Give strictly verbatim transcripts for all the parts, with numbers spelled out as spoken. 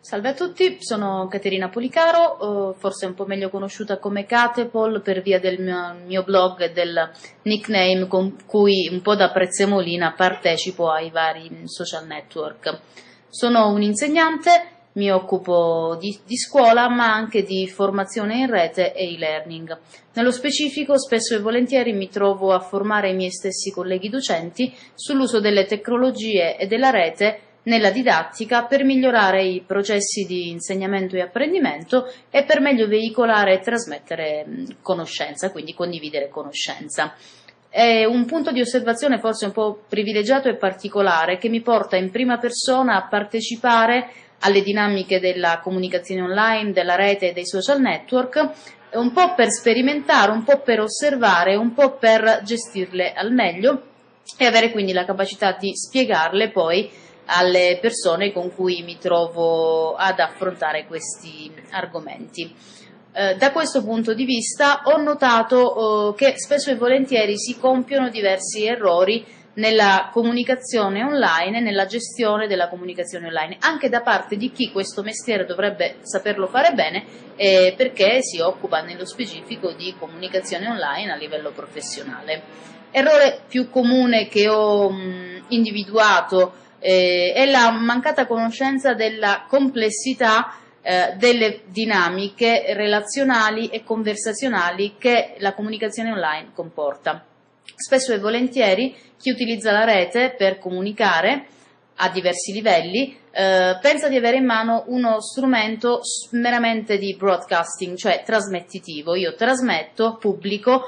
Salve a tutti, sono Caterina Policaro, eh, forse un po' meglio conosciuta come Catepol per via del mio, mio blog e del nickname con cui un po' da prezzemolina partecipo ai vari social network. Sono un'insegnante, mi occupo di, di scuola ma anche di formazione in rete e e-learning. Nello specifico spesso e volentieri mi trovo a formare i miei stessi colleghi docenti sull'uso delle tecnologie e della rete nella didattica per migliorare i processi di insegnamento e apprendimento e per meglio veicolare e trasmettere conoscenza, quindi condividere conoscenza. È un punto di osservazione forse un po' privilegiato e particolare che mi porta in prima persona a partecipare alle dinamiche della comunicazione online, della rete e dei social network, un po' per sperimentare, un po' per osservare, un po' per gestirle al meglio e avere quindi la capacità di spiegarle poi alle persone con cui mi trovo ad affrontare questi argomenti. Eh, da questo punto di vista ho notato eh, che spesso e volentieri si compiono diversi errori nella comunicazione online e nella gestione della comunicazione online, anche da parte di chi questo mestiere dovrebbe saperlo fare bene eh, perché si occupa nello specifico di comunicazione online a livello professionale. Errore più comune che ho mh, individuato Eh, è la mancata conoscenza della complessità eh, delle dinamiche relazionali e conversazionali che la comunicazione online comporta. Spesso e volentieri chi utilizza la rete per comunicare a diversi livelli eh, pensa di avere in mano uno strumento meramente di broadcasting, cioè trasmettitivo. Io trasmetto, pubblico,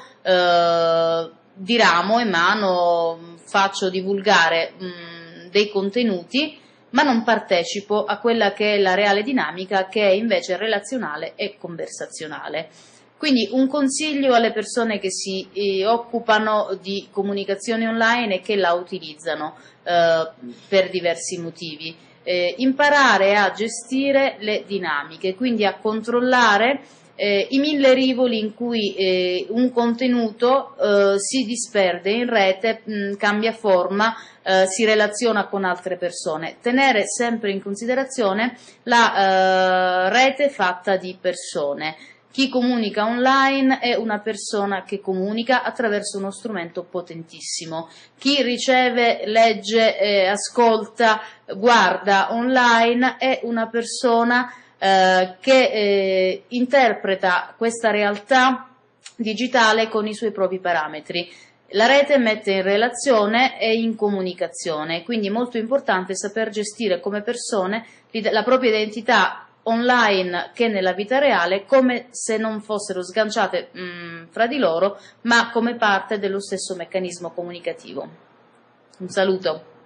eh, diramo, emano, faccio divulgare mh, dei contenuti, ma non partecipo a quella che è la reale dinamica, che è invece relazionale e conversazionale. Quindi un consiglio alle persone che si eh, occupano di comunicazione online e che la utilizzano eh, per diversi motivi. Eh, imparare a gestire le dinamiche, quindi a controllare Eh, i mille rivoli in cui eh, un contenuto eh, si disperde in rete, mh, cambia forma, eh, si relaziona con altre persone. Tenere sempre in considerazione la eh, rete fatta di persone. Chi comunica online è una persona che comunica attraverso uno strumento potentissimo. Chi riceve, legge, eh, ascolta, guarda online è una persona Eh, che eh, interpreta questa realtà digitale con i suoi propri parametri. La rete mette in relazione e in comunicazione, quindi è molto importante saper gestire come persone la propria identità online che nella vita reale come se non fossero sganciate mh, fra di loro, ma come parte dello stesso meccanismo comunicativo. Un saluto.